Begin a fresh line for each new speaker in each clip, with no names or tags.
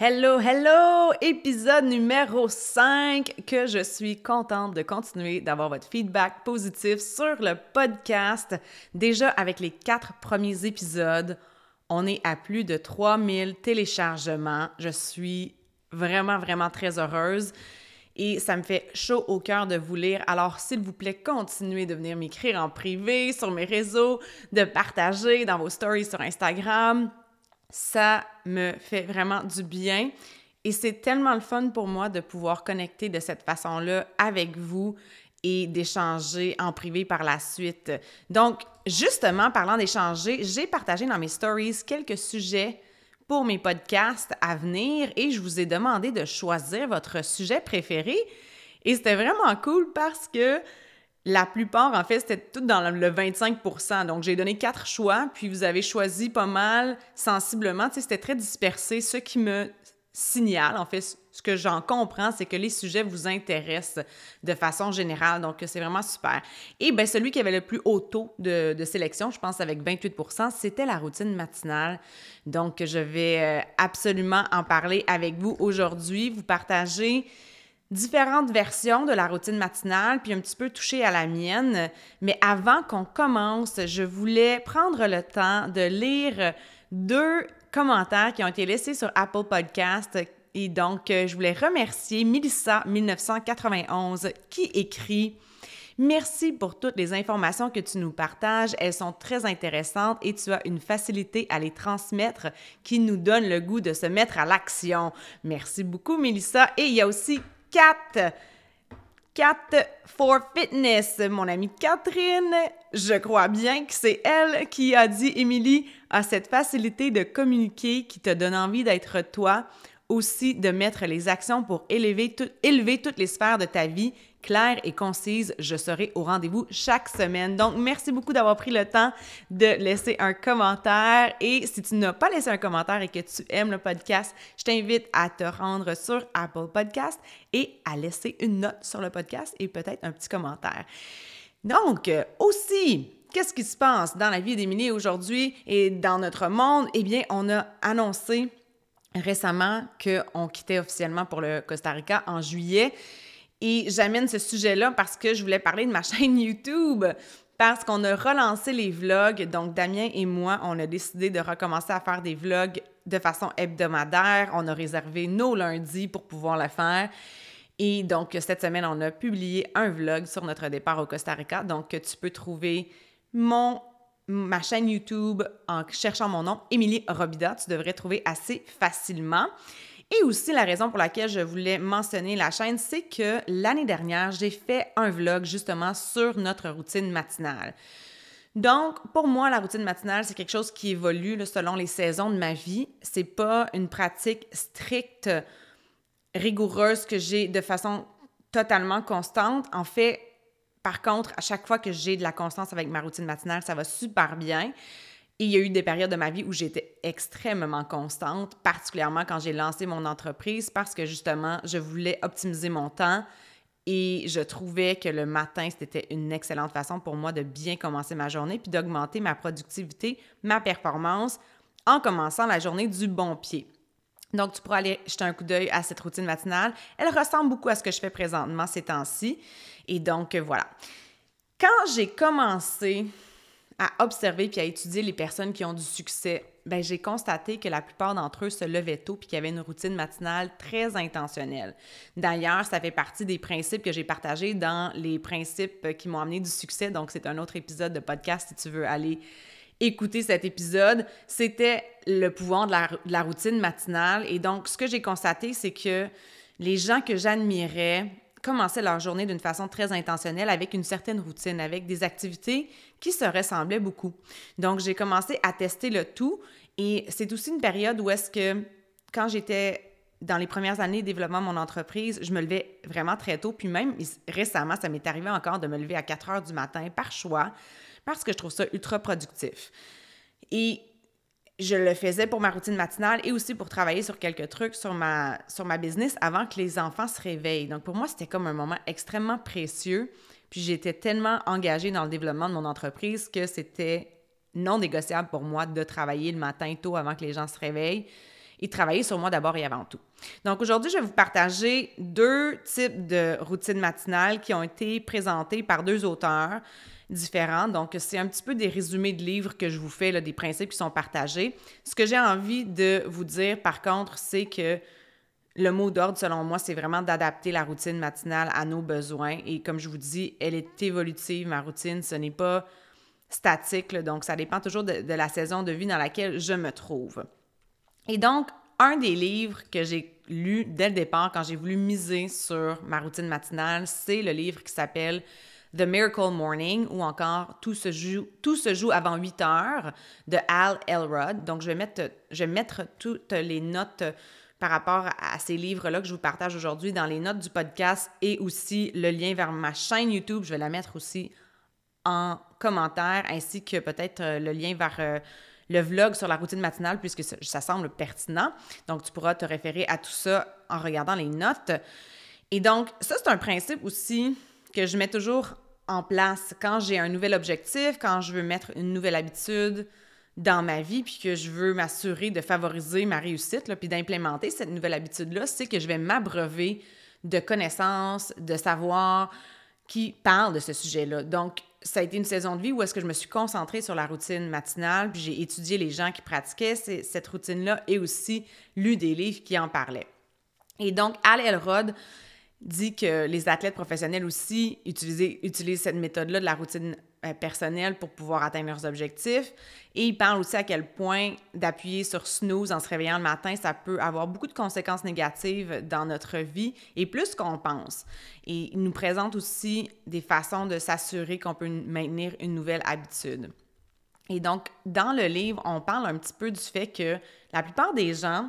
Hello, hello! Épisode numéro 5, que je suis contente de continuer d'avoir votre feedback positif sur le podcast. Déjà, avec les 4 premiers épisodes, on est à plus de 3000 téléchargements. Je suis vraiment très heureuse et ça me fait chaud au cœur de vous lire. Alors, s'il vous plaît, continuez de venir m'écrire en privé, sur mes réseaux, de partager dans vos stories sur Instagram. Ça me fait vraiment du bien et c'est tellement le fun pour moi de pouvoir connecter de cette façon-là avec vous et d'échanger en privé par la suite. Donc, justement, parlant d'échanger, j'ai partagé dans mes stories quelques sujets pour mes podcasts à venir et je vous ai demandé de choisir votre sujet préféré et c'était vraiment cool parce que la plupart, en fait, c'était tout dans le 25%. Donc, j'ai donné 4 choix, puis vous avez choisi pas mal sensiblement. Tu sais, c'était très dispersé. Ce qui me signale, en fait, ce que j'en comprends, c'est que les sujets vous intéressent de façon générale. Donc, c'est vraiment super. Et bien, celui qui avait le plus haut taux de sélection, je pense avec 28%, c'était la routine matinale. Donc, je vais absolument en parler avec vous aujourd'hui, vous partager différentes versions de la routine matinale, puis un petit peu toucher à la mienne. Mais avant qu'on commence, je voulais prendre le temps de lire 2 commentaires qui ont été laissés sur Apple Podcast. Et donc, je voulais remercier Melissa 1991 qui écrit « Merci pour toutes les informations que tu nous partages. Elles sont très intéressantes et tu as une facilité à les transmettre qui nous donne le goût de se mettre à l'action. » Merci beaucoup, Melissa. Et il y a aussi Cat for Fitness, mon amie Catherine, je crois bien que c'est elle qui a dit « Émilie a cette facilité de communiquer qui te donne envie d'être toi, aussi de mettre les actions pour élever toutes les sphères de ta vie, claire et concise. Je serai au rendez-vous chaque semaine. » Donc, merci beaucoup d'avoir pris le temps de laisser un commentaire. Et si tu n'as pas laissé un commentaire et que tu aimes le podcast, je t'invite à te rendre sur Apple Podcast et à laisser une note sur le podcast et peut-être un petit commentaire. Donc, aussi, qu'est-ce qui se passe dans la vie d'Émilie aujourd'hui et dans notre monde? Eh bien, on a annoncé récemment qu'on quittait officiellement pour le Costa Rica en juillet. Et j'amène ce sujet-là parce que je voulais parler de ma chaîne YouTube, parce qu'on a relancé les vlogs. Donc, Damien et moi, on a décidé de recommencer à faire des vlogs de façon hebdomadaire. On a réservé nos lundis pour pouvoir le faire. Et donc, cette semaine, on a publié un vlog sur notre départ au Costa Rica. Donc, tu peux trouver ma chaîne YouTube en cherchant mon nom, Émilie Robida. Tu devrais trouver assez facilement. Et aussi, la raison pour laquelle je voulais mentionner la chaîne, c'est que l'année dernière, j'ai fait un vlog justement sur notre routine matinale. Donc, pour moi, la routine matinale, c'est quelque chose qui évolue là, selon les saisons de ma vie. C'est pas une pratique stricte, rigoureuse que j'ai de façon totalement constante. En fait, par contre, à chaque fois que j'ai de la constance avec ma routine matinale, ça va super bien. Et il y a eu des périodes de ma vie où j'étais extrêmement constante, particulièrement quand j'ai lancé mon entreprise parce que justement, je voulais optimiser mon temps et je trouvais que le matin, c'était une excellente façon pour moi de bien commencer ma journée puis d'augmenter ma productivité, ma performance en commençant la journée du bon pied. Donc, tu pourras aller jeter un coup d'œil à cette routine matinale. Elle ressemble beaucoup à ce que je fais présentement ces temps-ci. Et donc, voilà. Quand j'ai commencé à observer puis à étudier les personnes qui ont du succès, ben j'ai constaté que la plupart d'entre eux se levaient tôt puis qu'ils avaient une routine matinale très intentionnelle. D'ailleurs, ça fait partie des principes que j'ai partagés dans les principes qui m'ont amené du succès. Donc, c'est un autre épisode de podcast si tu veux aller écouter cet épisode. C'était le pouvoir de la routine matinale. Et donc, ce que j'ai constaté, c'est que les gens que j'admirais commençaient leur journée d'une façon très intentionnelle avec une certaine routine, avec des activités qui se ressemblaient beaucoup. Donc, j'ai commencé à tester le tout et c'est aussi une période où est-ce que, quand j'étais dans les premières années de développement de mon entreprise, je me levais vraiment très tôt. Puis même récemment, ça m'est arrivé encore de me lever à 4 heures du matin par choix parce que je trouve ça ultra productif. Et je le faisais pour ma routine matinale et aussi pour travailler sur quelques trucs sur ma business avant que les enfants se réveillent. Donc, pour moi, c'était comme un moment extrêmement précieux. Puis, j'étais tellement engagée dans le développement de mon entreprise que c'était non négociable pour moi de travailler le matin tôt avant que les gens se réveillent. et travailler sur moi d'abord et avant tout. Donc aujourd'hui, je vais vous partager 2 types de routines matinales qui ont été présentées par 2 auteurs différents. Donc, c'est un petit peu des résumés de livres que je vous fais, là, des principes qui sont partagés. Ce que j'ai envie de vous dire, par contre, c'est que le mot d'ordre, selon moi, c'est vraiment d'adapter la routine matinale à nos besoins. Et comme je vous dis, elle est évolutive, ma routine. Ce n'est pas statique, là, donc ça dépend toujours de la saison de vie dans laquelle je me trouve. Et donc, un des livres que j'ai lu dès le départ, quand j'ai voulu miser sur ma routine matinale, c'est le livre qui s'appelle The Miracle Morning, ou encore Tout se joue avant 8 heures de Hal Elrod. Donc, je vais mettre toutes les notes par rapport à ces livres-là que je vous partage aujourd'hui dans les notes du podcast et aussi le lien vers ma chaîne YouTube. Je vais la mettre aussi en commentaire, ainsi que peut-être le lien vers le vlog sur la routine matinale, puisque ça semble pertinent. Donc, tu pourras te référer à tout ça en regardant les notes. Et donc, ça, c'est un principe aussi que je mets toujours en place quand j'ai un nouvel objectif, quand je veux mettre une nouvelle habitude dans ma vie, puis que je veux m'assurer de favoriser ma réussite, là, puis d'implémenter cette nouvelle habitude-là, c'est que je vais m'abreuver de connaissances, de savoirs qui parlent de ce sujet-là. Donc, ça a été une saison de vie où est-ce que je me suis concentrée sur la routine matinale, puis j'ai étudié les gens qui pratiquaient cette routine-là et aussi lu des livres qui en parlaient. Et donc, Hal Elrod dit que les athlètes professionnels aussi utilisent cette méthode-là de la routine personnelle pour pouvoir atteindre leurs objectifs. Et il parle aussi à quel point d'appuyer sur snooze en se réveillant le matin, ça peut avoir beaucoup de conséquences négatives dans notre vie et plus qu'on pense. Et il nous présente aussi des façons de s'assurer qu'on peut maintenir une nouvelle habitude. Et donc, dans le livre, on parle un petit peu du fait que la plupart des gens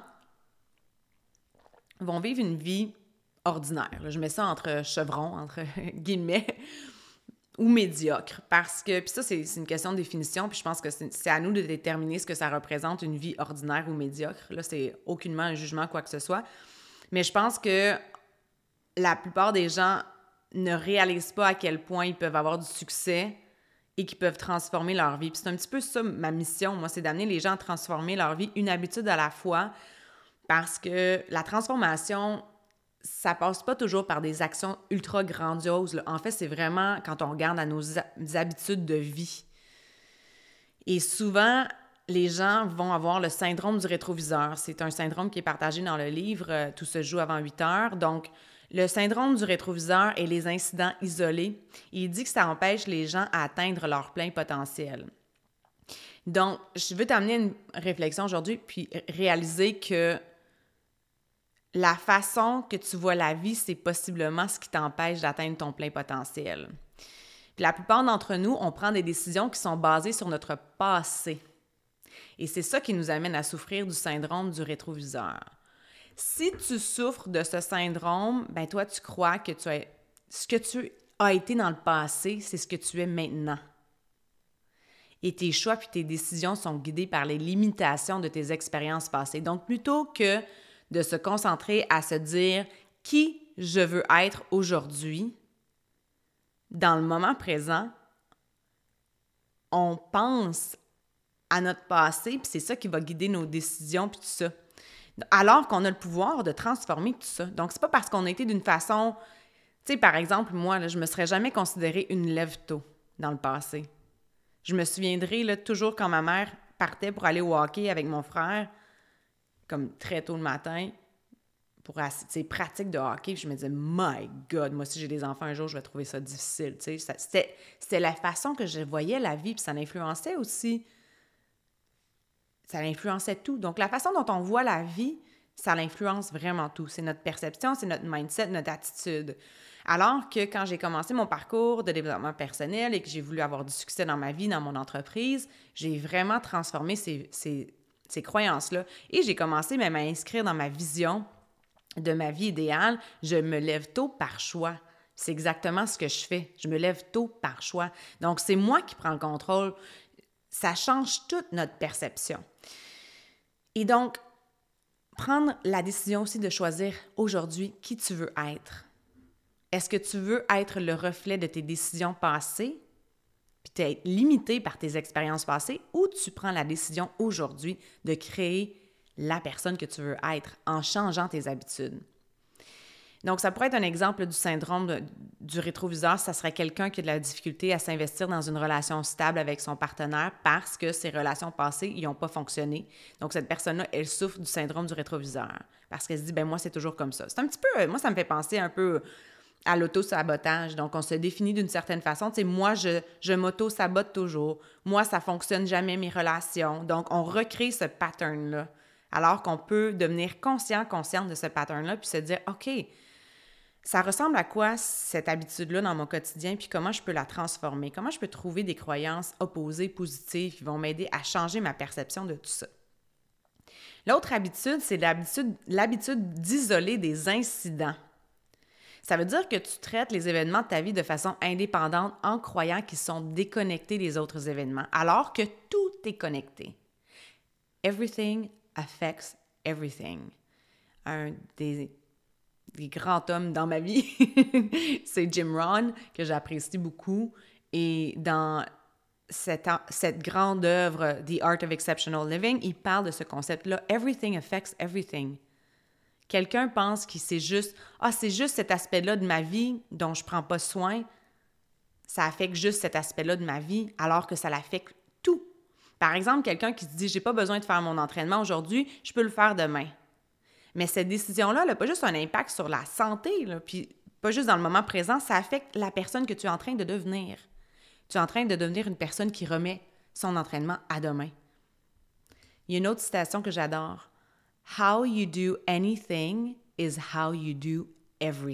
vont vivre une vie ordinaire. Là, je mets ça entre chevrons, entre guillemets, ou médiocre. Parce que, puis ça, c'est une question de définition, puis je pense que c'est à nous de déterminer ce que ça représente, une vie ordinaire ou médiocre. Là, c'est aucunement un jugement, quoi que ce soit. Mais je pense que la plupart des gens ne réalisent pas à quel point ils peuvent avoir du succès et qu'ils peuvent transformer leur vie. Puis c'est un petit peu ça, ma mission, moi, c'est d'amener les gens à transformer leur vie, une habitude à la fois, parce que la transformation, ça passe pas toujours par des actions ultra grandioses, là. En fait, c'est vraiment quand on regarde à nos habitudes de vie. Et souvent, les gens vont avoir le syndrome du rétroviseur. C'est un syndrome qui est partagé dans le livre « Tout se joue avant 8 heures ». Donc, le syndrome du rétroviseur et les incidents isolés, il dit que ça empêche les gens à atteindre leur plein potentiel. Donc, je veux t'amener une réflexion aujourd'hui, puis réaliser que la façon que tu vois la vie, c'est possiblement ce qui t'empêche d'atteindre ton plein potentiel. Puis la plupart d'entre nous, on prend des décisions qui sont basées sur notre passé. Et c'est ça qui nous amène à souffrir du syndrome du rétroviseur. Si tu souffres de ce syndrome, ben toi, tu crois que ce que tu as été dans le passé, c'est ce que tu es maintenant. Et tes choix puis tes décisions sont guidés par les limitations de tes expériences passées. Donc, plutôt que de se concentrer à se dire qui je veux être aujourd'hui, dans le moment présent, on pense à notre passé, puis c'est ça qui va guider nos décisions, puis tout ça. Alors qu'on a le pouvoir de transformer tout ça. Donc, c'est pas parce qu'on a été d'une façon... Tu sais, par exemple, moi, là, je me serais jamais considérée une lève-tôt dans le passé. Je me souviendrai là, toujours quand ma mère partait pour aller au hockey avec mon frère, comme très tôt le matin, pour ces pratiques de hockey. Puis je me disais, my God, moi, si j'ai des enfants un jour, je vais trouver ça difficile. Tu sais, c'était la façon que je voyais la vie, puis ça l'influençait aussi. Ça l'influençait tout. Donc, la façon dont on voit la vie, ça l'influence vraiment tout. C'est notre perception, c'est notre mindset, notre attitude. Alors que quand j'ai commencé mon parcours de développement personnel et que j'ai voulu avoir du succès dans ma vie, dans mon entreprise, j'ai vraiment transformé ces croyances-là. Et j'ai commencé même à inscrire dans ma vision de ma vie idéale, je me lève tôt par choix. C'est exactement ce que je fais. Je me lève tôt par choix. Donc, c'est moi qui prends le contrôle. Ça change toute notre perception. Et donc, prendre la décision aussi de choisir aujourd'hui qui tu veux être. Est-ce que tu veux être le reflet de tes décisions passées, puis être limité par tes expériences passées, ou tu prends la décision aujourd'hui de créer la personne que tu veux être en changeant tes habitudes. Donc, ça pourrait être un exemple du syndrome du rétroviseur. Ça serait quelqu'un qui a de la difficulté à s'investir dans une relation stable avec son partenaire parce que ses relations passées, ils n'ont pas fonctionné. Donc, cette personne-là, elle souffre du syndrome du rétroviseur parce qu'elle se dit, ben moi, c'est toujours comme ça. C'est un petit peu, moi, ça me fait penser un peu à l'auto-sabotage. Donc, on se définit d'une certaine façon. Tu sais, moi, je m'auto-sabote toujours. Moi, ça fonctionne jamais, mes relations. Donc, on recrée ce pattern-là. Alors qu'on peut devenir consciente de ce pattern-là puis se dire, OK, ça ressemble à quoi cette habitude-là dans mon quotidien, puis comment je peux la transformer? Comment je peux trouver des croyances opposées, positives, qui vont m'aider à changer ma perception de tout ça? L'autre habitude, c'est l'habitude d'isoler des incidents. Ça veut dire que tu traites les événements de ta vie de façon indépendante en croyant qu'ils sont déconnectés des autres événements, alors que tout est connecté. Everything affects everything. Un des grands hommes dans ma vie, c'est Jim Rohn, que j'apprécie beaucoup. Et dans cette grande œuvre, The Art of Exceptional Living, il parle de ce concept-là, Everything affects everything. Quelqu'un pense que c'est juste cet aspect-là de ma vie dont je ne prends pas soin, ça affecte juste cet aspect-là de ma vie, alors que ça l'affecte tout. Par exemple, quelqu'un qui se dit « j'ai pas besoin de faire mon entraînement aujourd'hui, je peux le faire demain ». Mais cette décision-là, elle n'a pas juste un impact sur la santé, là, puis pas juste dans le moment présent, ça affecte la personne que tu es en train de devenir. Tu es en train de devenir une personne qui remet son entraînement à demain. Il y a une autre citation que j'adore. « How you do anything is how you do everything. »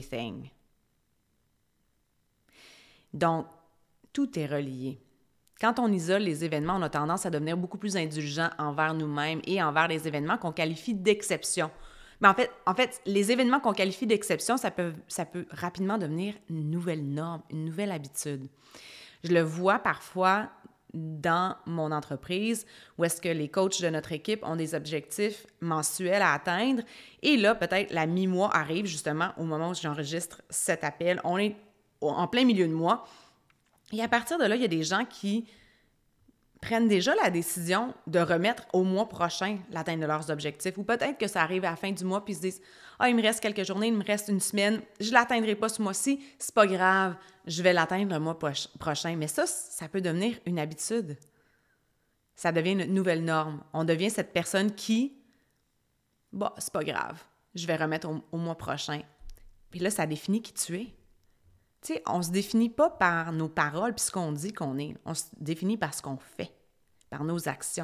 Donc, tout est relié. Quand on isole les événements, on a tendance à devenir beaucoup plus indulgent envers nous-mêmes et envers les événements qu'on qualifie d'exception. Mais en fait, les événements qu'on qualifie d'exception, ça peut rapidement devenir une nouvelle norme, une nouvelle habitude. Je le vois parfois dans mon entreprise où est-ce que les coachs de notre équipe ont des objectifs mensuels à atteindre. Et là, peut-être la mi-mois arrive justement au moment où j'enregistre cet appel. On est en plein milieu de mois. Et à partir de là, il y a des gens qui prennent déjà la décision de remettre au mois prochain l'atteinte de leurs objectifs. Ou peut-être que ça arrive à la fin du mois puis ils se disent « Ah, il me reste quelques journées, il me reste une semaine, je ne l'atteindrai pas ce mois-ci, c'est pas grave, je vais l'atteindre le mois prochain. » Mais ça peut devenir une habitude. Ça devient une nouvelle norme. On devient cette personne qui « Bon, c'est pas grave, je vais remettre au mois prochain. » Puis là, ça définit qui tu es. Tu sais, on ne se définit pas par nos paroles puis ce qu'on dit qu'on est. On se définit par ce qu'on fait, par nos actions,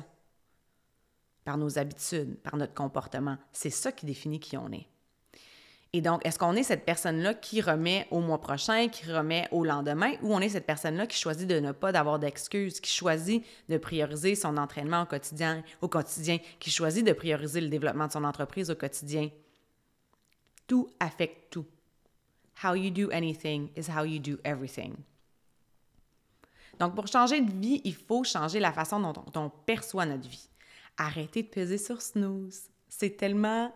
par nos habitudes, par notre comportement. C'est ça qui définit qui on est. Et donc, est-ce qu'on est cette personne-là qui remet au mois prochain, qui remet au lendemain, ou on est cette personne-là qui choisit de ne pas avoir d'excuses, qui choisit de prioriser son entraînement au quotidien, qui choisit de prioriser le développement de son entreprise au quotidien? Tout affecte tout. How you do anything is how you do everything. Donc, pour changer de vie, il faut changer la façon dont on perçoit notre vie. Arrêtez de peser sur snooze. C'est tellement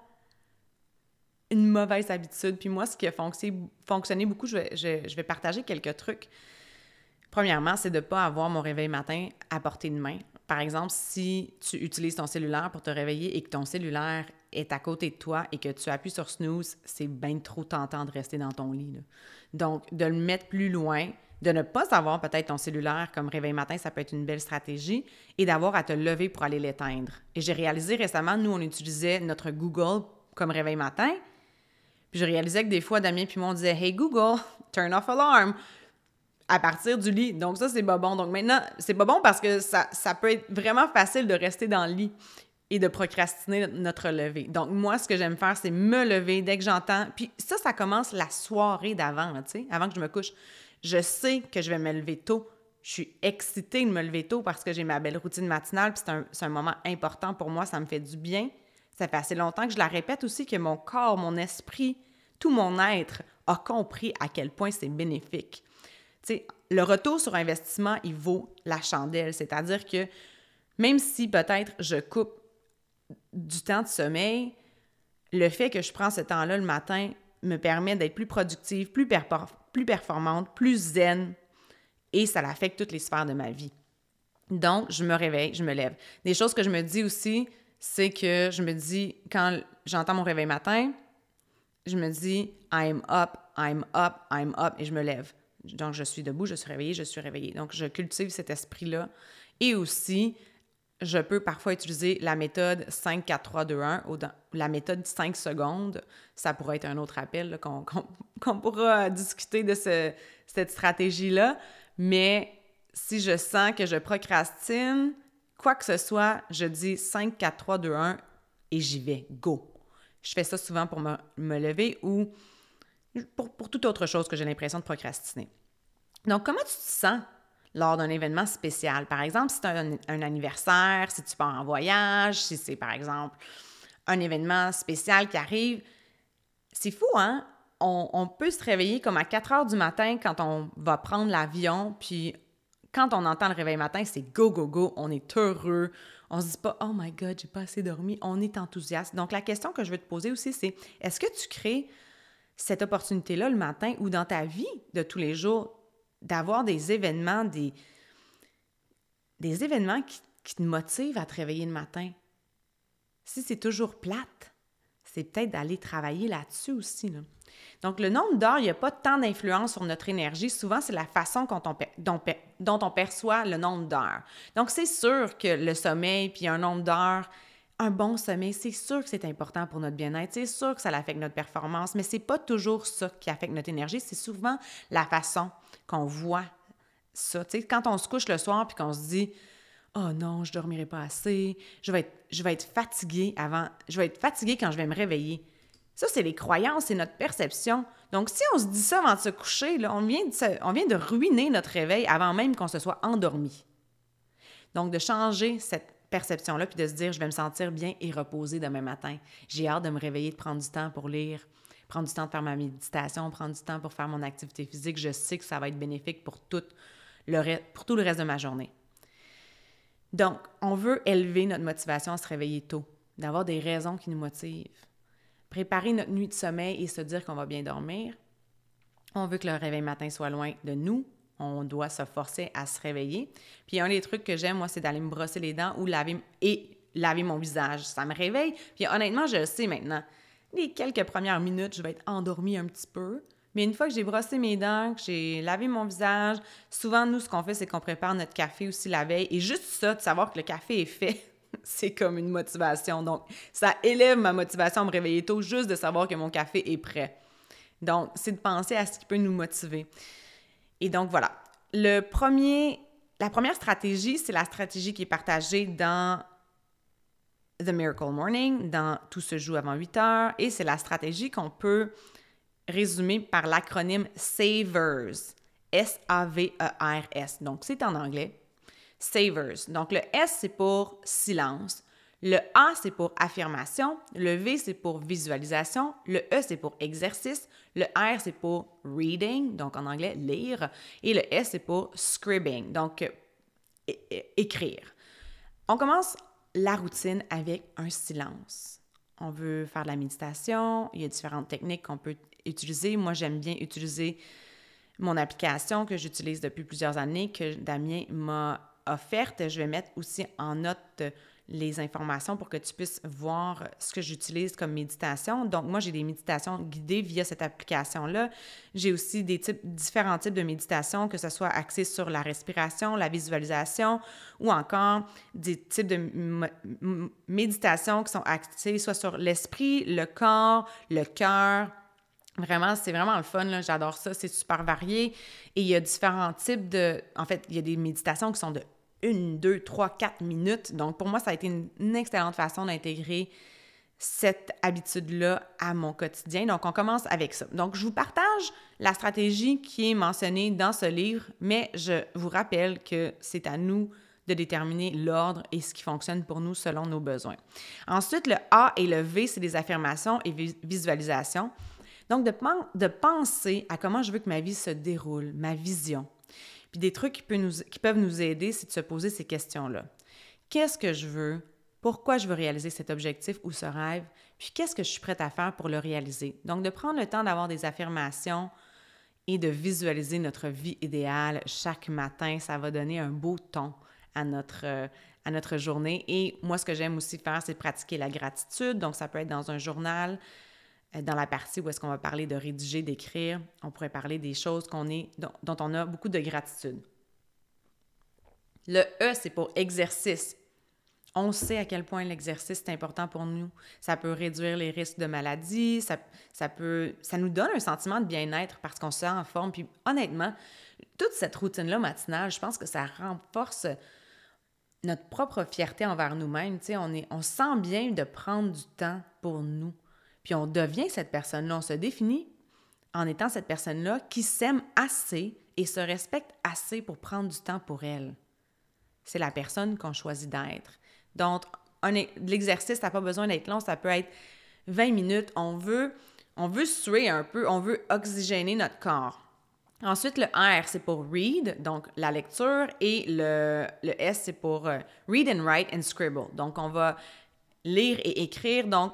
une mauvaise habitude. Puis moi, ce qui a fonctionné beaucoup, je vais partager quelques trucs. Premièrement, c'est de ne pas avoir mon réveil matin à portée de main. Par exemple, si tu utilises ton cellulaire pour te réveiller et que ton cellulaire est à côté de toi et que tu appuies sur snooze, c'est bien trop tentant de rester dans ton lit, là. Donc, de le mettre plus loin, de ne pas avoir peut-être ton cellulaire comme réveil matin, ça peut être une belle stratégie, et d'avoir à te lever pour aller l'éteindre. Et j'ai réalisé récemment, nous, on utilisait notre Google comme réveil matin, puis je réalisais que des fois, Damien puis moi, on disait « Hey Google, turn off alarm », à partir du lit. Donc ça, c'est pas bon. Donc maintenant, c'est pas bon parce que ça peut être vraiment facile de rester dans le lit et de procrastiner notre lever. Donc moi, ce que j'aime faire, c'est me lever dès que j'entends. Puis ça commence la soirée d'avant, tu sais, avant que je me couche. Je sais que je vais me lever tôt. Je suis excitée de me lever tôt parce que j'ai ma belle routine matinale, puis c'est un moment important pour moi, ça me fait du bien. Ça fait assez longtemps que je la répète aussi, que mon corps, mon esprit, tout mon être a compris à quel point c'est bénéfique. Tu sais, le retour sur investissement, il vaut la chandelle. C'est-à-dire que même si peut-être je coupe du temps de sommeil, le fait que je prends ce temps-là le matin me permet d'être plus productive, plus performante, plus zen, et ça l'affecte toutes les sphères de ma vie. Donc, je me réveille, je me lève. Des choses que je me dis aussi, c'est que je me dis, quand j'entends mon réveil matin, je me dis « I'm up, I'm up, I'm up » et je me lève. Donc, je suis debout, je suis réveillée, je suis réveillée. Donc, je cultive cet esprit-là. Et aussi, je peux parfois utiliser la méthode 5, 4, 3, 2, 1 ou la méthode 5 secondes. Ça pourrait être un autre appel là, qu'on pourra discuter de cette stratégie-là. Mais si je sens que je procrastine, quoi que ce soit, je dis 5, 4, 3, 2, 1 et j'y vais. Go! Je fais ça souvent pour me lever ou pour toute autre chose que j'ai l'impression de procrastiner. Donc, comment tu te sens lors d'un événement spécial? Par exemple, si tu as un anniversaire, si tu pars en voyage, si c'est, par exemple, un événement spécial qui arrive, c'est fou, hein? On peut se réveiller comme à 4 heures du matin quand on va prendre l'avion, puis quand on entend le réveil matin, c'est go, go, go, on est heureux, on se dit pas « Oh my God, j'ai pas assez dormi », on est enthousiaste. Donc, la question que je veux te poser aussi, c'est est-ce que tu crées cette opportunité-là le matin ou dans ta vie de tous les jours d'avoir des événements, des événements qui te motivent à te réveiller le matin? Si c'est toujours plate, c'est peut-être d'aller travailler là-dessus aussi, là. Donc, le nombre d'heures, il n'y a pas tant d'influence sur notre énergie. Souvent, c'est la façon dont on perçoit le nombre d'heures. Donc, c'est sûr que le sommeil, puis un nombre d'heures, un bon sommeil, c'est sûr que c'est important pour notre bien-être. C'est sûr que ça affecte notre performance, mais c'est pas toujours ça qui affecte notre énergie. C'est souvent la façon qu'on voit ça. Tu sais, quand on se couche le soir puis qu'on se dit « Oh non, je dormirai pas assez, je vais être fatiguée quand je vais me réveiller. » Ça, c'est les croyances, c'est notre perception. Donc, si on se dit ça avant de se coucher, là, on vient de ruiner notre réveil avant même qu'on se soit endormi. Donc, de changer cette perception-là, puis de se dire « Je vais me sentir bien et reposée demain matin. J'ai hâte de me réveiller, de prendre du temps pour lire, prendre du temps de faire ma méditation, prendre du temps pour faire mon activité physique. Je sais que ça va être bénéfique pour tout le reste de ma journée. » Donc, on veut élever notre motivation à se réveiller tôt, d'avoir des raisons qui nous motivent. Préparer notre nuit de sommeil et se dire qu'on va bien dormir. On veut que le réveil matin soit loin de nous. On doit se forcer à se réveiller. Puis un des trucs que j'aime, moi, c'est d'aller me brosser les dents ou laver mon visage. Ça me réveille. Puis honnêtement, je le sais maintenant. Les quelques premières minutes, je vais être endormie un petit peu. Mais une fois que j'ai brossé mes dents, que j'ai lavé mon visage, souvent, nous, ce qu'on fait, c'est qu'on prépare notre café aussi la veille. Et juste ça, de savoir que le café est fait, c'est comme une motivation. Donc, ça élève ma motivation à me réveiller tôt, juste de savoir que mon café est prêt. Donc, c'est de penser à ce qui peut nous motiver. Et donc, voilà. La première stratégie, c'est la stratégie qui est partagée dans The Miracle Morning, dans Tout se joue avant 8 heures. Et c'est la stratégie qu'on peut résumer par l'acronyme SAVERS. S-A-V-E-R-S. Donc, c'est en anglais. Savers. Donc, le S, c'est pour silence. Le A, c'est pour affirmation. Le V, c'est pour visualisation. Le E, c'est pour exercice. Le R, c'est pour reading, donc en anglais, lire. Et le S, c'est pour scribbing, donc écrire. On commence la routine avec un silence. On veut faire de la méditation. Il y a différentes techniques qu'on peut utiliser. Moi, j'aime bien utiliser mon application que j'utilise depuis plusieurs années, que Damien m'a offerte. Je vais mettre aussi en note les informations pour que tu puisses voir ce que j'utilise comme méditation. Donc, moi, j'ai des méditations guidées via cette application-là. J'ai aussi différents types de méditation, que ce soit axé sur la respiration, la visualisation ou encore des types de méditation qui sont axés soit sur l'esprit, le corps, le cœur. Vraiment, c'est vraiment le fun, là. J'adore ça, c'est super varié. Et il y a différents types En fait, il y a des méditations qui sont de 1, 2, 3, 4 minutes. Donc, pour moi, ça a été une excellente façon d'intégrer cette habitude-là à mon quotidien. Donc, on commence avec ça. Donc, je vous partage la stratégie qui est mentionnée dans ce livre, mais je vous rappelle que c'est à nous de déterminer l'ordre et ce qui fonctionne pour nous selon nos besoins. Ensuite, le A et le V, c'est des affirmations et visualisations. Donc, de penser à comment je veux que ma vie se déroule, ma vision. Puis des trucs qui peuvent nous aider, c'est de se poser ces questions-là. Qu'est-ce que je veux? Pourquoi je veux réaliser cet objectif ou ce rêve? Puis qu'est-ce que je suis prête à faire pour le réaliser? Donc, de prendre le temps d'avoir des affirmations et de visualiser notre vie idéale chaque matin, ça va donner un beau ton à à notre journée. Et moi, ce que j'aime aussi faire, c'est pratiquer la gratitude. Donc, ça peut être dans un journal, dans la partie où est-ce qu'on va parler de rédiger, d'écrire. On pourrait parler des choses dont on a beaucoup de gratitude. Le E, c'est pour exercice. On sait à quel point l'exercice est important pour nous. Ça peut réduire les risques de maladie, ça nous donne un sentiment de bien-être parce qu'on se sent en forme. Puis honnêtement, toute cette routine-là matinale, je pense que ça renforce notre propre fierté envers nous-mêmes. Tu sais, on se sent bien de prendre du temps pour nous. Puis on devient cette personne-là, on se définit en étant cette personne-là qui s'aime assez et se respecte assez pour prendre du temps pour elle. C'est la personne qu'on choisit d'être. Donc, l'exercice, ça n'a pas besoin d'être long, ça peut être 20 minutes. On veut suer un peu, on veut oxygéner notre corps. Ensuite, le R, c'est pour read, donc la lecture, et le S, c'est pour read and write and scribble. Donc, on va lire et écrire. Donc,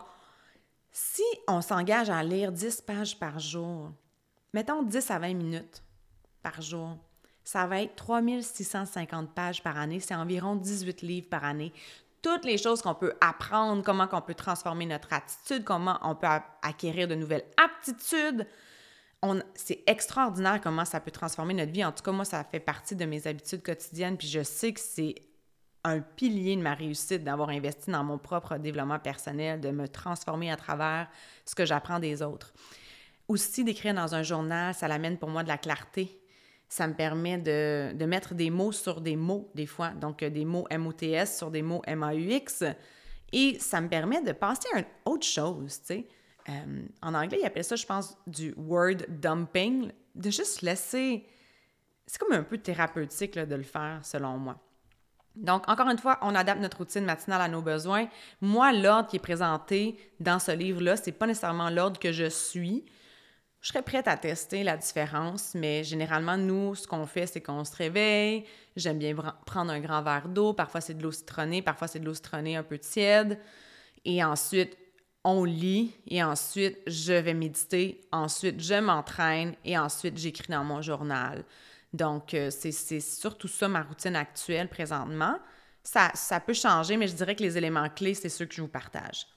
si on s'engage à lire 10 pages par jour, mettons 10 à 20 minutes par jour, ça va être 3650 pages par année, c'est environ 18 livres par année. Toutes les choses qu'on peut apprendre, comment on peut transformer notre attitude, comment on peut acquérir de nouvelles aptitudes. C'est extraordinaire comment ça peut transformer notre vie. En tout cas, moi, ça fait partie de mes habitudes quotidiennes, puis je sais que c'est un pilier de ma réussite d'avoir investi dans mon propre développement personnel, de me transformer à travers ce que j'apprends des autres. Aussi, d'écrire dans un journal, ça l'amène pour moi de la clarté. Ça me permet de mettre des mots sur des mots, des fois. Donc, des mots MOTS sur des mots MAUX. Et ça me permet de passer à une autre chose, tu sais. En anglais, ils appellent ça, je pense, du word dumping. De juste laisser... C'est comme un peu thérapeutique là, de le faire, selon moi. Donc, encore une fois, on adapte notre routine matinale à nos besoins. Moi, l'ordre qui est présenté dans ce livre-là, c'est pas nécessairement l'ordre que je suis. Je serais prête à tester la différence, mais généralement, nous, ce qu'on fait, c'est qu'on se réveille. J'aime bien prendre un grand verre d'eau. Parfois, c'est de l'eau citronnée. Parfois, c'est de l'eau citronnée un peu tiède. Et ensuite, on lit. Et ensuite, je vais méditer. Ensuite, je m'entraîne. Et ensuite, j'écris dans mon journal. Donc, c'est surtout ça ma routine actuelle présentement. Ça peut changer, mais je dirais que les éléments clés, c'est ceux que je vous partage.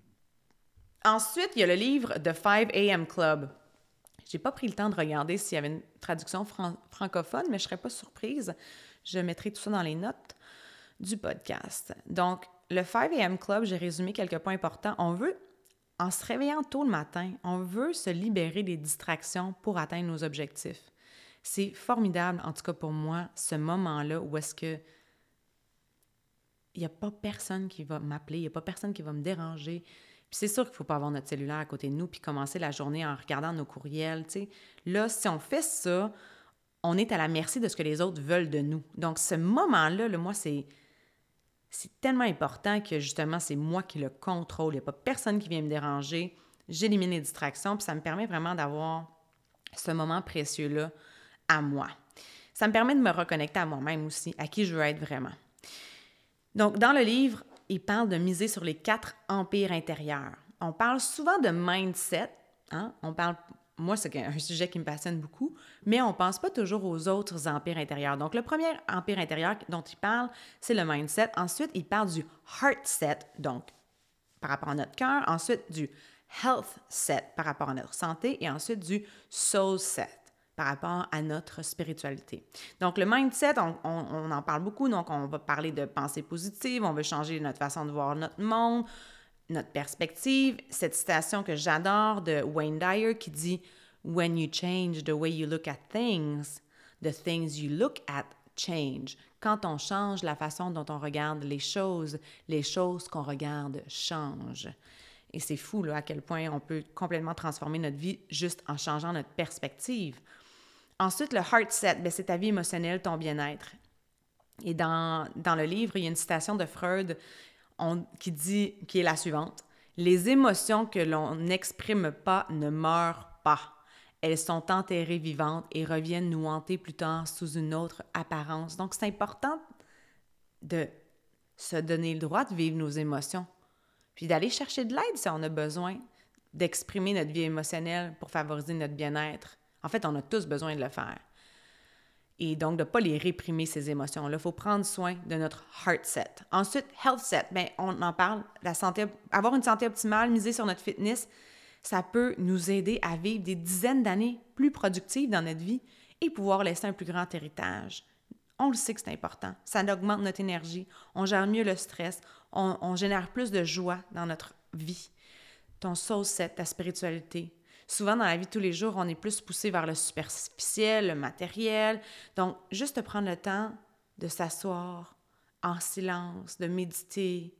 Ensuite, il y a le livre The 5 a.m. Club. J'ai pas pris le temps de regarder s'il y avait une traduction francophone, mais je serais pas surprise. Je mettrai tout ça dans les notes du podcast. Donc, le 5 a.m. Club, j'ai résumé quelques points importants. On veut, en se réveillant tôt le matin, on veut se libérer des distractions pour atteindre nos objectifs. C'est formidable, en tout cas pour moi, ce moment-là où est-ce que il n'y a pas personne qui va m'appeler, il n'y a pas personne qui va me déranger. Puis c'est sûr qu'il ne faut pas avoir notre cellulaire à côté de nous puis commencer la journée en regardant nos courriels, tu sais. Là, si on fait ça, on est à la merci de ce que les autres veulent de nous. Donc, ce moment-là, moi, c'est tellement important que, justement, c'est moi qui le contrôle. Il n'y a pas personne qui vient me déranger. J'élimine les distractions puis ça me permet vraiment d'avoir ce moment précieux-là à moi. Ça me permet de me reconnecter à moi-même aussi, à qui je veux être vraiment. Donc, dans le livre, il parle de miser sur les 4 empires intérieurs. On parle souvent de mindset. Hein? Moi, c'est un sujet qui me passionne beaucoup, mais on ne pense pas toujours aux autres empires intérieurs. Donc, le premier empire intérieur dont il parle, c'est le mindset. Ensuite, il parle du heart set, donc par rapport à notre cœur. Ensuite, du health set, par rapport à notre santé. Et ensuite, du soul set, par rapport à notre spiritualité. Donc, le mindset, on en parle beaucoup. Donc, on va parler de pensée positive, on veut changer notre façon de voir notre monde, notre perspective. Cette citation que j'adore de Wayne Dyer qui dit « When you change the way you look at things, the things you look at change. » Quand on change la façon dont on regarde les choses qu'on regarde changent. Et c'est fou là, à quel point on peut complètement transformer notre vie juste en changeant notre perspective. Ensuite, le heart set, c'est ta vie émotionnelle, ton bien-être. Et dans le livre, il y a une citation de Freud qui est la suivante. « Les émotions que l'on n'exprime pas ne meurent pas. Elles sont enterrées vivantes et reviennent nous hanter plus tard sous une autre apparence. » Donc, c'est important de se donner le droit de vivre nos émotions, puis d'aller chercher de l'aide si on a besoin d'exprimer notre vie émotionnelle pour favoriser notre bien-être. En fait, on a tous besoin de le faire. Et donc, de ne pas les réprimer, ces émotions-là. Il faut prendre soin de notre heart set. Ensuite, health set, bien, on en parle, la santé, avoir une santé optimale, miser sur notre fitness, ça peut nous aider à vivre des dizaines d'années plus productives dans notre vie et pouvoir laisser un plus grand héritage. On le sait que c'est important. Ça augmente notre énergie, on gère mieux le stress, on génère plus de joie dans notre vie. Ton soul set, ta spiritualité. Souvent, dans la vie de tous les jours, on est plus poussé vers le superficiel, le matériel. Donc, juste de prendre le temps de s'asseoir en silence, de méditer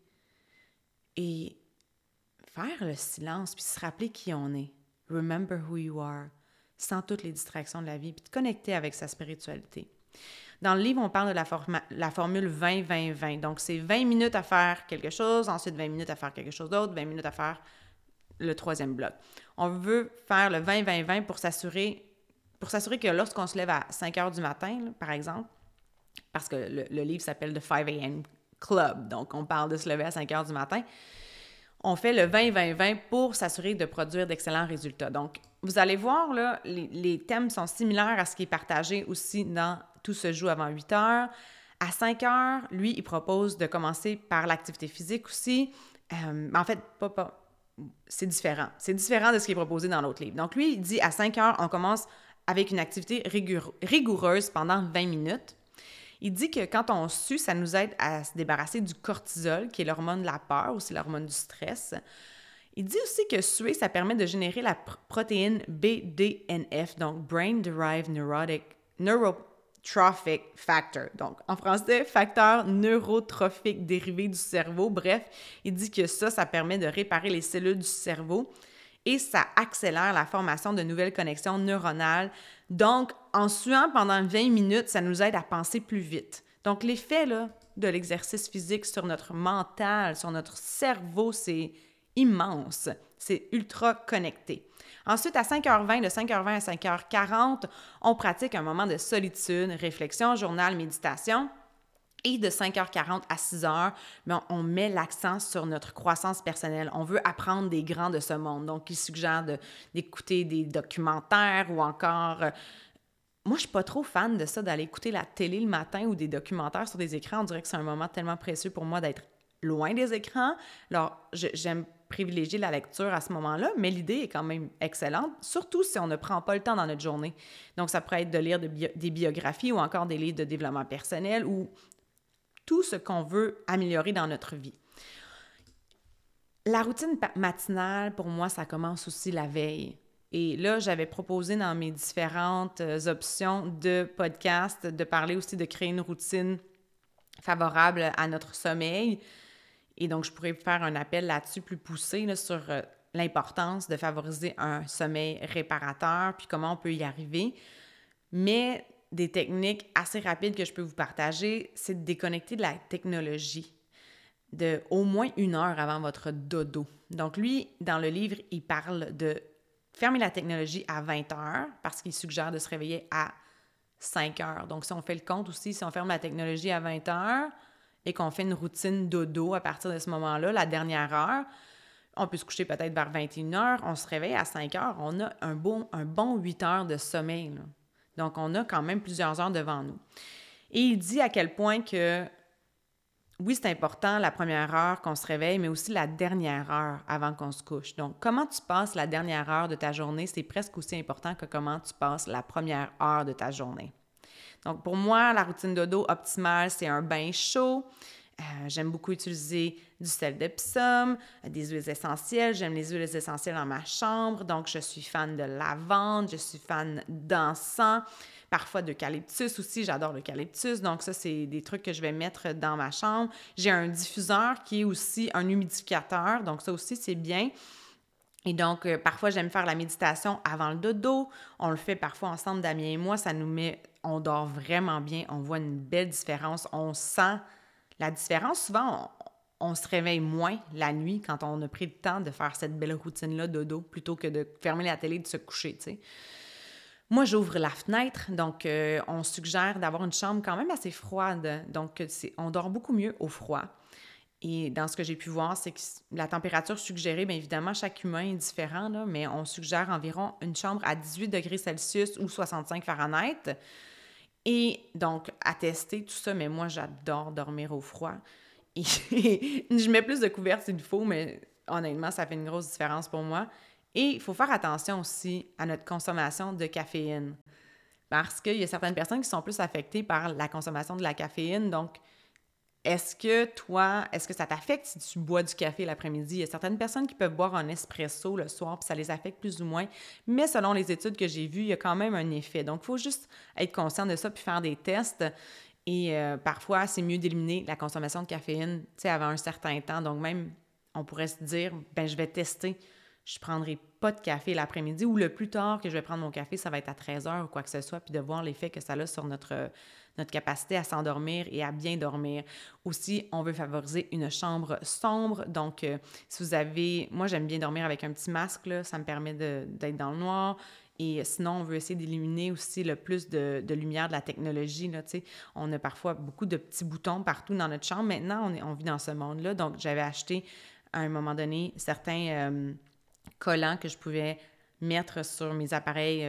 et faire le silence, puis se rappeler qui on est. Remember who you are, sans toutes les distractions de la vie, puis de connecter avec sa spiritualité. Dans le livre, on parle de la formule 20-20-20. Donc, c'est 20 minutes à faire quelque chose, ensuite 20 minutes à faire quelque chose d'autre, 20 minutes à faire le troisième bloc. On veut faire le 20-20-20 pour s'assurer que lorsqu'on se lève à 5 heures du matin, là, par exemple, parce que le livre s'appelle The 5 a.m. Club, donc on parle de se lever à 5 heures du matin, on fait le 20-20-20 pour s'assurer de produire d'excellents résultats. Donc, vous allez voir, là, les thèmes sont similaires à ce qui est partagé aussi dans Tout se joue avant 8 heures. À 5 heures, lui, il propose de commencer par l'activité physique aussi. En fait, c'est différent. C'est différent de ce qui est proposé dans l'autre livre. Donc, lui, il dit à 5 heures, on commence avec une activité rigoureuse pendant 20 minutes. Il dit que quand on sue, ça nous aide à se débarrasser du cortisol, qui est l'hormone de la peur, aussi l'hormone du stress. Il dit aussi que suer, ça permet de générer la protéine BDNF, donc Brain Derived Neurotrophic Factor. Donc, en français, facteur neurotrophique dérivé du cerveau. Bref, il dit que ça permet de réparer les cellules du cerveau et ça accélère la formation de nouvelles connexions neuronales. Donc, en suant pendant 20 minutes, ça nous aide à penser plus vite. Donc, l'effet là, de l'exercice physique sur notre mental, sur notre cerveau, c'est immense. C'est ultra connecté. Ensuite, à 5h20, de 5h20 à 5h40, on pratique un moment de solitude, réflexion, journal, méditation. Et de 5h40 à 6h, on met l'accent sur notre croissance personnelle. On veut apprendre des grands de ce monde. Donc, il suggère d'écouter des documentaires ou encore... moi, je suis pas trop fan de ça, d'aller écouter la télé le matin ou des documentaires sur des écrans. On dirait que c'est un moment tellement précieux pour moi d'être loin des écrans. Alors, j'aime privilégier la lecture à ce moment-là, mais l'idée est quand même excellente, surtout si on ne prend pas le temps dans notre journée. Donc, ça pourrait être de lire des biographies ou encore des livres de développement personnel ou tout ce qu'on veut améliorer dans notre vie. La routine matinale, pour moi, ça commence aussi la veille. Et là, j'avais proposé dans mes différentes options de podcast de parler aussi de créer une routine favorable à notre sommeil. Et donc, je pourrais faire un appel là-dessus plus poussé là, sur l'importance de favoriser un sommeil réparateur, puis comment on peut y arriver. Mais des techniques assez rapides que je peux vous partager, c'est de déconnecter de la technologie de au moins 1 heure avant votre dodo. Donc lui, dans le livre, il parle de fermer la technologie à 20 heures parce qu'il suggère de se réveiller à 5 heures. Donc si on fait le compte aussi, si on ferme la technologie à 20 heures et qu'on fait une routine dodo à partir de ce moment-là, la dernière heure, on peut se coucher peut-être vers 21 heures, on se réveille à 5 heures, on a un bon 8 heures de sommeil, là. Donc, on a quand même plusieurs heures devant nous. Et il dit à quel point que, oui, c'est important la première heure qu'on se réveille, mais aussi la dernière heure avant qu'on se couche. Donc, comment tu passes la dernière heure de ta journée, c'est presque aussi important que comment tu passes la première heure de ta journée. Donc, pour moi, la routine dodo optimale, c'est un bain chaud. J'aime beaucoup utiliser du sel d'Epsom, des huiles essentielles. J'aime les huiles essentielles dans ma chambre. Donc, je suis fan de lavande, je suis fan d'encens, parfois d'eucalyptus aussi. J'adore l'eucalyptus. Donc, ça, c'est des trucs que je vais mettre dans ma chambre. J'ai un diffuseur qui est aussi un humidificateur. Donc, ça aussi, c'est bien. Et donc, parfois, j'aime faire la méditation avant le dodo. On le fait parfois ensemble, Damien et moi. Ça nous met... On dort vraiment bien. On voit une belle différence. On sent... La différence, souvent, on se réveille moins la nuit quand on a pris le temps de faire cette belle routine-là dodo plutôt que de fermer la télé et de se coucher, tu sais. Moi, j'ouvre la fenêtre, donc on suggère d'avoir une chambre quand même assez froide. Donc, on dort beaucoup mieux au froid. Et dans ce que j'ai pu voir, c'est que la température suggérée, bien évidemment, chaque humain est différent, là, mais on suggère environ une chambre à 18 degrés Celsius ou 65 Fahrenheit. Et donc, à tester tout ça, mais moi, j'adore dormir au froid. Et je mets plus de couvertes s'il faut, mais honnêtement, ça fait une grosse différence pour moi. Et il faut faire attention aussi à notre consommation de caféine. Parce qu'il y a certaines personnes qui sont plus affectées par la consommation de la caféine. Donc, est-ce que ça t'affecte si tu bois du café l'après-midi? Il y a certaines personnes qui peuvent boire un espresso le soir, puis ça les affecte plus ou moins. Mais selon les études que j'ai vues, il y a quand même un effet. Donc, il faut juste être conscient de ça puis faire des tests. Et parfois, c'est mieux d'éliminer la consommation de caféine, tu sais, avant un certain temps. Donc, même, on pourrait se dire, ben je vais tester. Je ne prendrai pas de café l'après-midi ou le plus tard que je vais prendre mon café, ça va être à 13 heures ou quoi que ce soit, puis de voir l'effet que ça a sur notre capacité à s'endormir et à bien dormir. Aussi, on veut favoriser une chambre sombre. Donc, si vous avez... Moi, j'aime bien dormir avec un petit masque, là. Ça me permet d'être dans le noir. Et sinon, on veut essayer d'éliminer aussi le plus de lumière de la technologie. Là, on a parfois beaucoup de petits boutons partout dans notre chambre. Maintenant, on vit dans ce monde-là. Donc, j'avais acheté à un moment donné certains collants que je pouvais mettre sur mes appareils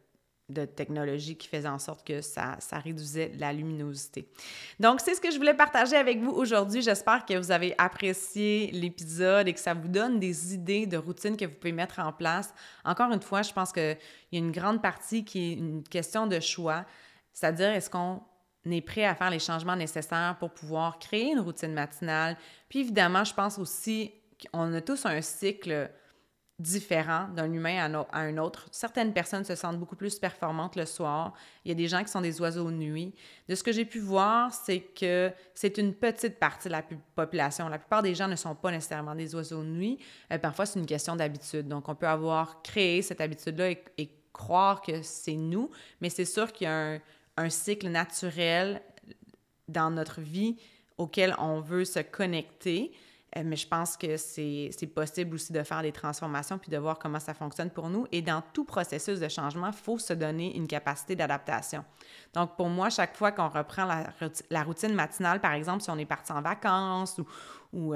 de technologie qui faisaient en sorte que ça réduisait la luminosité. Donc, c'est ce que je voulais partager avec vous aujourd'hui. J'espère que vous avez apprécié l'épisode et que ça vous donne des idées de routines que vous pouvez mettre en place. Encore une fois, je pense qu'il y a une grande partie qui est une question de choix, c'est-à-dire est-ce qu'on est prêt à faire les changements nécessaires pour pouvoir créer une routine matinale. Puis évidemment, je pense aussi qu'on a tous un cycle différent d'un humain à un autre. Certaines personnes se sentent beaucoup plus performantes le soir. Il y a des gens qui sont des oiseaux de nuit. De ce que j'ai pu voir, c'est que c'est une petite partie de la population. La plupart des gens ne sont pas nécessairement des oiseaux de nuit. Parfois, c'est une question d'habitude. Donc, on peut avoir créé cette habitude-là et croire que c'est nous, mais c'est sûr qu'il y a un cycle naturel dans notre vie auquel on veut se connecter. Mais je pense que c'est possible aussi de faire des transformations puis de voir comment ça fonctionne pour nous. Et dans tout processus de changement, il faut se donner une capacité d'adaptation. Donc, pour moi, chaque fois qu'on reprend la routine matinale, par exemple, si on est parti en vacances ou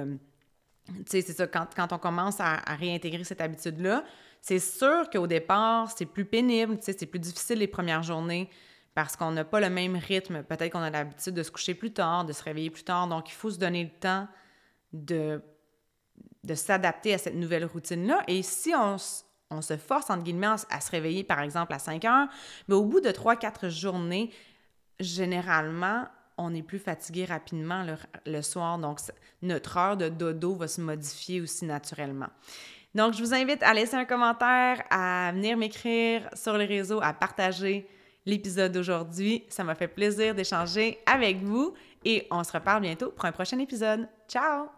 tu sais, c'est ça, quand on commence à réintégrer cette habitude-là, c'est sûr qu'au départ, c'est plus pénible, tu sais, c'est plus difficile les premières journées parce qu'on n'a pas le même rythme. Peut-être qu'on a l'habitude de se coucher plus tard, de se réveiller plus tard. Donc, il faut se donner le temps de s'adapter à cette nouvelle routine-là. Et si on se force, entre guillemets, à se réveiller, par exemple, à 5 heures, mais au bout de 3-4 journées, généralement, on est plus fatigué rapidement le soir. Donc, notre heure de dodo va se modifier aussi naturellement. Donc, je vous invite à laisser un commentaire, à venir m'écrire sur les réseaux, à partager l'épisode d'aujourd'hui. Ça m'a fait plaisir d'échanger avec vous et on se reparle bientôt pour un prochain épisode. Ciao!